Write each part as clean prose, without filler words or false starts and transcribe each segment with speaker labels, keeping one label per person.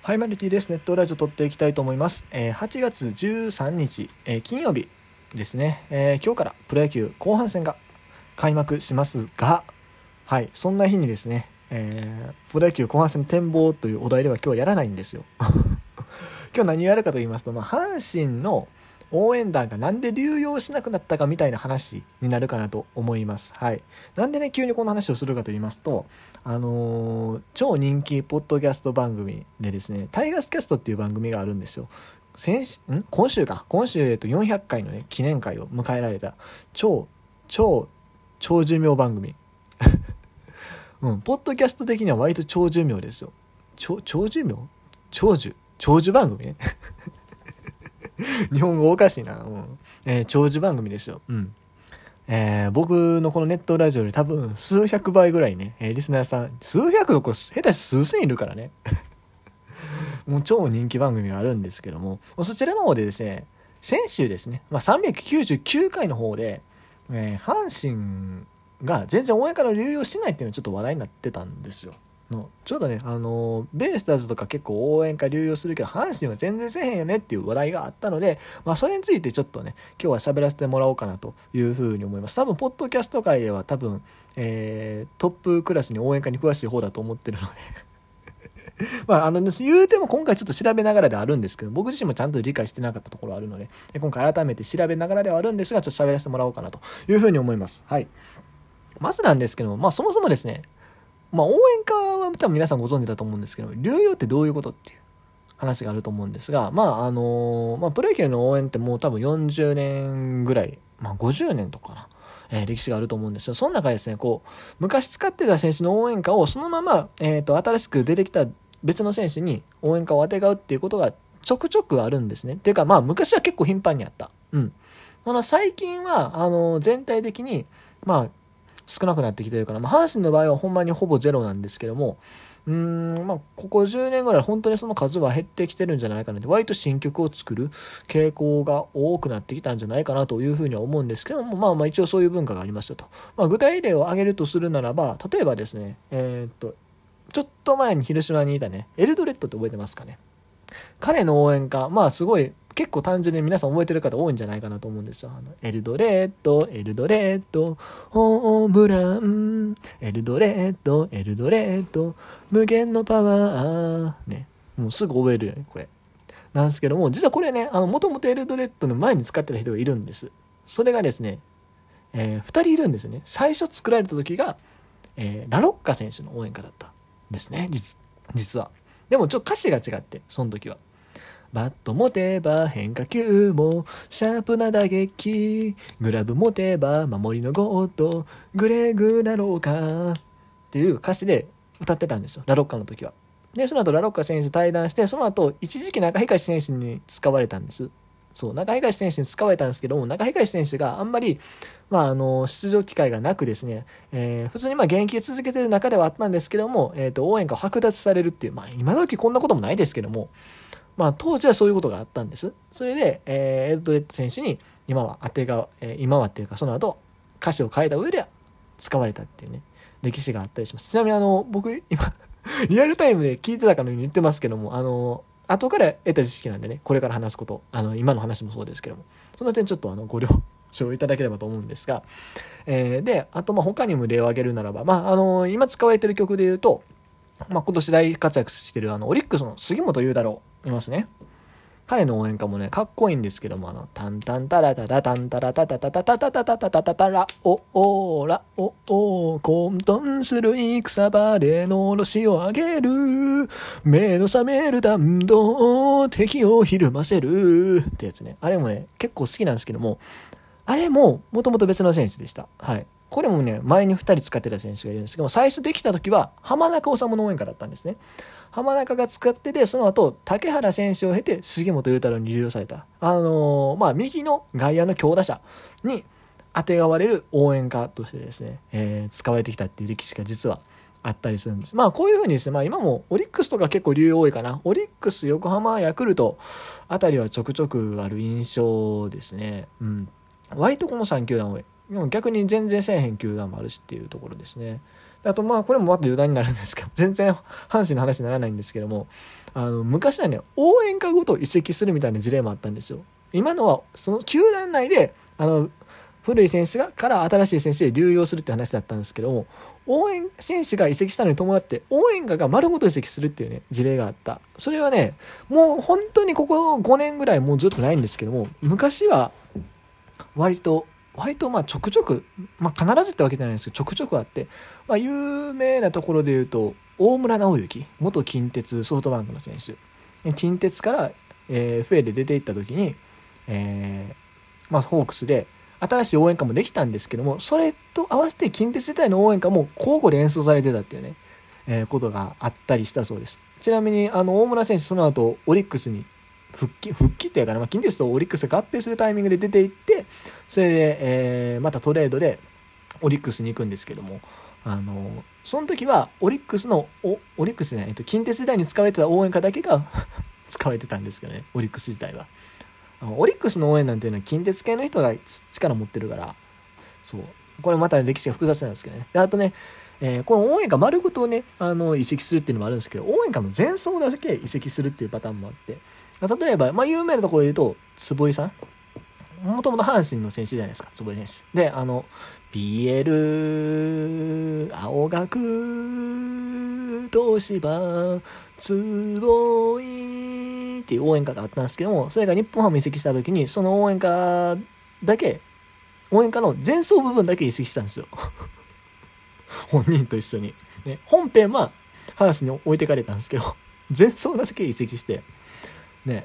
Speaker 1: はい、マルティです。ネットラジオ撮っていきたいと思います。8月13日、金曜日ですね、今日からプロ野球後半戦が開幕しますが、はい、そんな日にですね、プロ野球後半戦展望というお題では今日はやらないんですよ。今日何やるかと言いますと、阪神の応援団がなんで流用しなくなったかみたいな話になるかなと思います。はい。なんでね、急にこの話をするかと言いますと、超人気ポッドキャスト番組でですね、タイガースキャストっていう番組があるんですよ。今週400回のね、記念会を迎えられた超寿命番組。ポッドキャスト的には割と長寿命ですよ。長寿番組ね。日本語おかしいな。長寿番組ですよ。僕のこのネットラジオより多分数百倍ぐらいね、リスナーさん、数百どころ下手し数千いるからね。もう超人気番組があるんですけども、そちらの方でですね、先週ですね、399回の方で、阪神が全然応援から流用してないっていうのがちょっと話題になってたんですよ。ちょうどね、ベイスターズとか結構応援歌流用するけど阪神は全然せえへんよねっていう話題があったので、それについてちょっとね今日は喋らせてもらおうかなというふうに思います。多分ポッドキャスト界では多分、トップクラスに応援歌に詳しい方だと思ってるので言うても今回ちょっと調べながらではあるんですけど、僕自身もちゃんと理解してなかったところあるので、今回改めて調べながらではあるんですが、ちょっと喋らせてもらおうかなというふうに思います。はい。まずなんですけども、そもそもですね、応援歌は多分皆さんご存知だと思うんですけど、流用ってどういうことっていう話があると思うんですが、プロ野球の応援ってもう多分40年ぐらい、50年とかな、歴史があると思うんですよ。その中でですね、昔使ってた選手の応援歌をそのまま、新しく出てきた別の選手に応援歌をあてがうっていうことがちょくちょくあるんですね。っていうか、昔は結構頻繁にあった。最近は、全体的に、少なくなってきてるから、阪神の場合はほんまにほぼゼロなんですけども、ここ10年ぐらい本当にその数は減ってきてるんじゃないかなって、割と新曲を作る傾向が多くなってきたんじゃないかなというふうには思うんですけども、一応そういう文化がありましたと。具体例を挙げるとするならば、例えばですね、ちょっと前に広島にいたね、エルドレッドって覚えてますかね。彼の応援歌、すごい結構単純に皆さん覚えてる方多いんじゃないかなと思うんですよ。エルドレッドホームラン、エルドレッド無限のパワーね、もうすぐ覚えるよねこれなんですけども、実はこれね、もともとエルドレッドの前に使ってた人がいるんです。それがですね、2人いるんですよね。最初作られた時が、ラロッカ選手の応援歌だったんですね、実は。でもちょっと歌詞が違って、その時はバット持てば変化球もシャープな打撃、グラブ持てば守りのゴート、グレグラローカっていう歌詞で歌ってたんですよ、ラロッカの時は。でその後ラロッカ選手対談して、その後一時期中東選手に使われたんです。そう、中東選手に使われたんですけども、中東選手があんまり、出場機会がなくですね、普通に現役続けてる中ではあったんですけども、応援歌を剥奪されるっていう、今時こんなこともないですけども、当時はそういうことがあったんです。それで、エルドレッド選手に今はっていうかその後歌詞を変えた上で使われたっていうね、歴史があったりします。ちなみに僕今リアルタイムで聞いてたかのように言ってますけども、後から得た知識なんでね、これから話すこと、今の話もそうですけども、その点ちょっとご了承いただければと思うんですが、であと他にも例を挙げるならば、今使われてる曲で言うと、今年大活躍してるオリックスの杉本裕太郎いますね。彼の応援歌もねかっこいいんですけども、タンタンタラタタタンタラタタタタタタタタタタタタラオオラオオ混沌する戦場でのろしを上げる、目の覚める弾道敵をひるませるってやつね。あれもね結構好きなんですけども、あれももともと別の選手でした。はい。これもね前に2人使ってた選手がいるんですけども、最初できた時は浜中治の応援歌だったんですね。浜中が使ってて、その後竹原選手を経て杉本裕太郎に流用された、右の外野の強打者にあてがわれる応援歌としてですね、使われてきたっていう歴史が実はあったりするんです。こういう風にですね、今もオリックスとか結構流用多いかな。オリックス、横浜、ヤクルトあたりはちょくちょくある印象ですね。割とこの3球団多い。逆に全然せえへん球団もあるしっていうところですね。 あとこれもまた余談になるんですけど、全然阪神の話にならないんですけども、昔はね応援歌ごと移籍するみたいな事例もあったんですよ。今のはその球団内で古い選手から新しい選手へ流用するって話だったんですけども、応援選手が移籍したのに伴って応援歌が丸ごと移籍するっていうね事例があった。それはねもう本当にここ5年ぐらいもうずっとないんですけども、昔は割とちょくちょく、必ずってわけじゃないんですけどちょくちょくあって、有名なところで言うと大村直之、元近鉄ソフトバンクの選手、近鉄から、FA で出ていった時に、ホークスで新しい応援歌もできたんですけども、それと合わせて近鉄世代の応援歌も交互で演奏されてたっていうね、ことがあったりしたそうです。ちなみに大村選手その後オリックスに復帰っていうかな、近鉄とオリックスが合併するタイミングで出ていって、それで、またトレードでオリックスに行くんですけども、その時はオリックスじゃない、近鉄時代に使われてた応援歌だけが使われてたんですけどね、オリックス時代は。オリックスの応援なんていうのは近鉄系の人が力持ってるから、そうこれまた歴史が複雑なんですけどね。であとね、この応援歌丸ごとね移籍するっていうのもあるんですけど、応援歌の前奏だけ移籍するっていうパターンもあって、例えば、有名なところで言うと坪井さん、もともと阪神の選手じゃないですか、坪井選手で、PL 青学東芝坪井っていう応援歌があったんですけども、それが日本ハム移籍した時にその応援歌の前奏部分だけ移籍したんですよ本人と一緒に、ね、本編は阪神に置いてかれたんですけど前奏だけ移籍してね、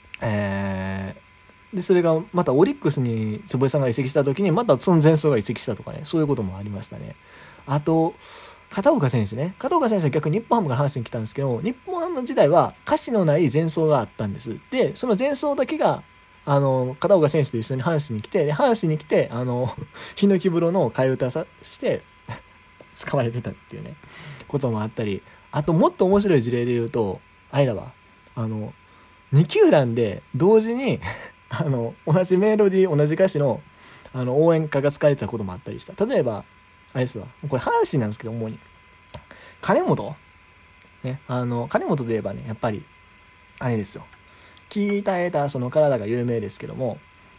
Speaker 1: でそれがまたオリックスに坪井さんが移籍した時にまたその前奏が移籍したとかね、そういうこともありましたね。あと片岡選手は逆に日本ハムから阪神に来たんですけど、日本ハム時代は歌詞のない前奏があったんです。でその前奏だけが片岡選手と一緒に阪神に来て、ヒノキ風呂の替え歌して使われてたっていうねこともあったり、あともっと面白い事例で言うとあれらは2球団で同時に同じメロディー同じ歌詞の応援歌が使われてたこともあったりした。例えばあれですわ、これ阪神なんですけど、主に金本ね、金本といえばねやっぱりあれですよ、鍛えたその体が有名ですけども、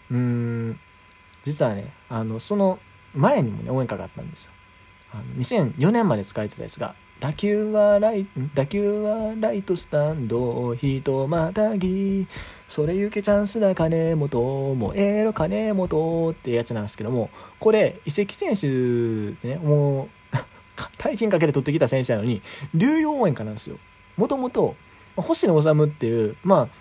Speaker 1: 実はねその前にもね応援歌があったんですよ。2004年まで使われてたやつが、打球はライトスタンドひとまたぎ、それゆけチャンスだ金本燃えろ金本ってやつなんですけども、これ移籍選手でねもう大金かけて取ってきた選手なのに流用応援歌なんですよ。もともと星野治っていう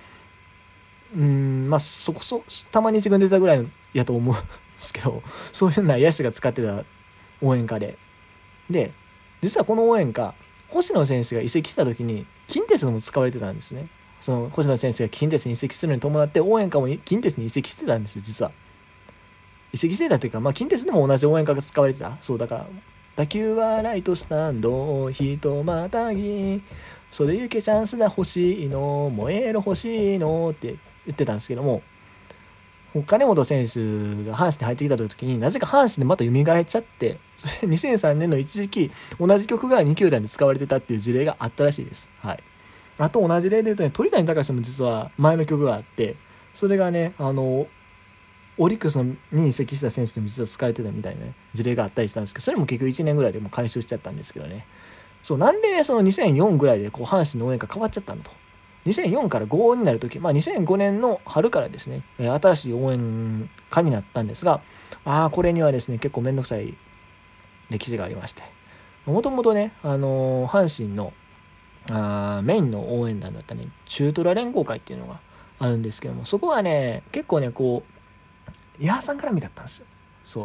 Speaker 1: たまに一軍出たぐらいのやと思うんですけど、そういう内野手が使ってた応援歌で実はこの応援歌星野選手が移籍した時に近鉄のも使われてたんですね。その星野選手が近鉄に移籍するのに伴って応援歌も近鉄に移籍してたんですよ。実は移籍してたというか、近鉄でも同じ応援歌が使われてた。そうだから打球はライトスタンドひとまたぎ、それゆけチャンスだ欲しいの燃えろ欲しいのって言ってたんですけども、金本選手が阪神に入ってきた時になぜか阪神でまた蘇っちゃって、それ2003年の一時期同じ曲が2球団で使われてたっていう事例があったらしいです。はい。あと同じ例で言うとね、鳥谷敬も実は前の曲があって、それがねオリックスに移籍した選手でも実は使われてたみたいな、ね、事例があったりしたんですけど、それも結局1年ぐらいでもう回収しちゃったんですけどね。そうなんでね、その2004ぐらいでこう阪神の応援歌変わっちゃったのと。2004から5になるとき、2005年の春からですね、新しい応援歌になったんですが、これにはですね、結構めんどくさい歴史がありまして、もともとね、阪神のメインの応援団だったね、中トラ連合会っていうのがあるんですけども、そこはね、結構ね、こう、ヤーさん絡みだったんですよ。そう。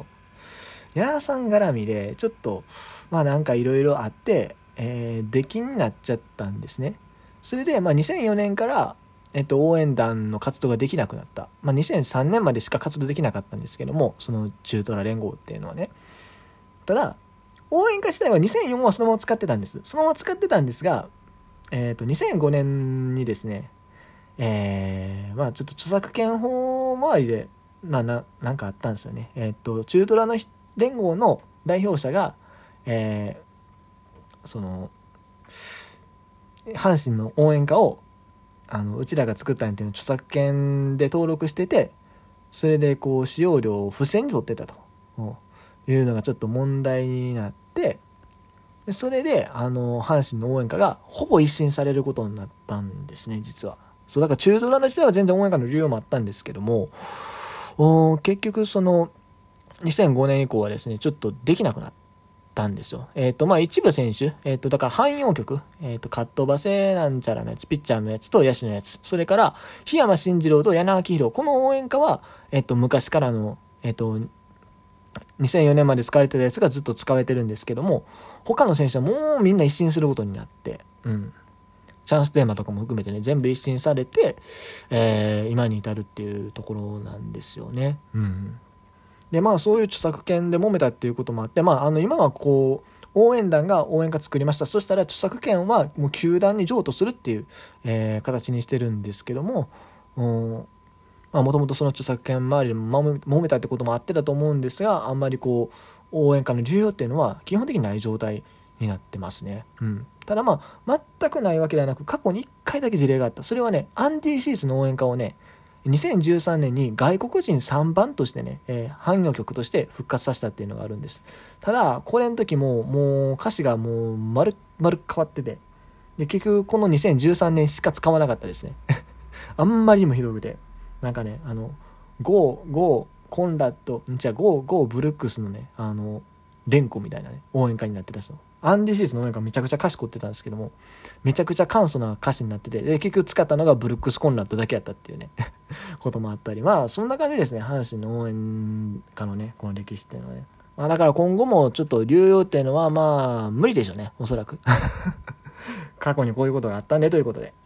Speaker 1: ヤーさん絡みで、ちょっと、なんかいろいろあって、出禁になっちゃったんですね。それで、2004年から、応援団の活動ができなくなった。2003年までしか活動できなかったんですけども、その中トラ連合っていうのはね。ただ、応援歌自体は2004はそのまま使ってたんです。そのまま使ってたんですが、2005年にですね、ちょっと著作権法周りで、なんかあったんですよね。中トラの連合の代表者が、 その阪神の応援歌をうちらが作ったんっていうのを著作権で登録してて、それでこう使用料を不正に取ってたというのがちょっと問題になって、それで阪神の応援歌がほぼ一新されることになったんですね、実は。そうだから中ドラの時代は全然応援歌の利用もあったんですけども、結局その2005年以降はですねちょっとできなくなったんですよ。一部選手、だから汎用曲、カットバセなんちゃらのやつ、ピッチャーのやつと野手のやつ、それから檜山慎次郎と柳明宏、この応援歌は昔からの2004年まで使われてたやつがずっと使われてるんですけども、他の選手はもうみんな一新することになって、チャンステーマとかも含めてね全部一新されて、今に至るっていうところなんですよね。でそういう著作権で揉めたっていうこともあって、今はこう応援団が応援歌作りました、そしたら著作権はもう球団に譲渡するっていう、形にしてるんですけども、もともとその著作権周りでも揉めたってこともあってだと思うんですが、あんまりこう応援歌の需要っていうのは基本的にない状態になってますね。ただ全くないわけではなく、過去に1回だけ事例があった。それはね、アンディ・シースの応援歌をね2013年に外国人3番としてね、汎用曲として復活させたっていうのがあるんです。ただこれの時もう歌詞がもう丸々変わってて、で結局この2013年しか使わなかったですねあんまりにもひどくて、なんかねゴーコンラッドゴーブルックスのね連呼みたいなね応援歌になってたんですよ。アンディシーズの応援歌めちゃくちゃ歌詞凝ってたんですけども、めちゃくちゃ簡素な歌詞になってて、で結局使ったのがブルックスコンラッドだけやったっていうねこともあったり、そんな感じですね、阪神の応援歌のねこの歴史っていうのはね。だから今後もちょっと流用っていうのは無理でしょうね、おそらく過去にこういうことがあったんでということで、